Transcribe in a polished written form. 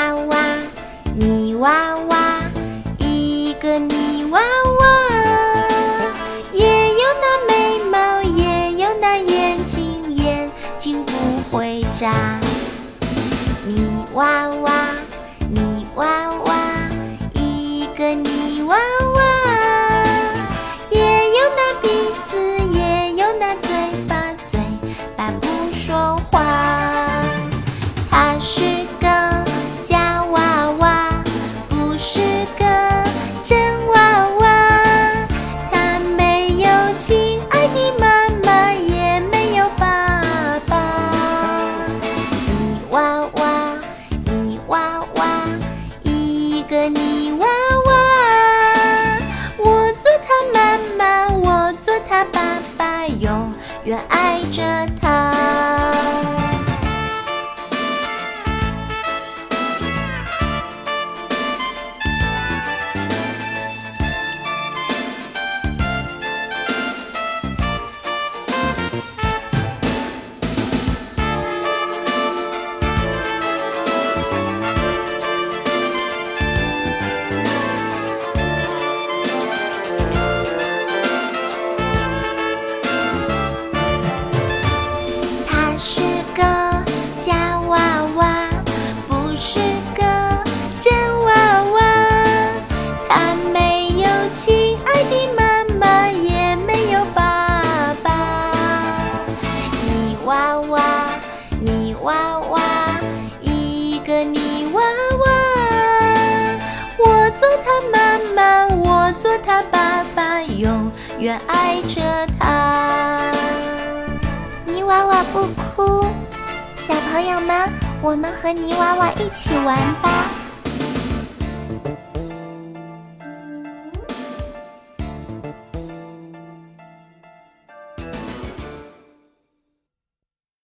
娃娃，泥娃娃，一个泥娃娃，也有那眉毛，也有那眼睛，眼睛不会眨。泥娃娃，泥娃娃，一个泥娃娃，也有那鼻子，也有那嘴巴，嘴巴不说话。它是个假娃娃，不是个真娃娃。它没有亲爱的妈妈，也没有爸爸。泥娃娃，泥娃娃，一个泥娃娃。我做它妈妈，我做它爸爸，永远爱着它。它是个假娃娃，不是个真娃娃。它没有亲爱的妈妈，也没有爸爸。泥娃娃，泥娃娃，一个泥娃娃。我做它妈妈，我做它爸爸，永远爱着它。泥娃娃不哭，小朋友们，我们和泥娃娃一起玩吧。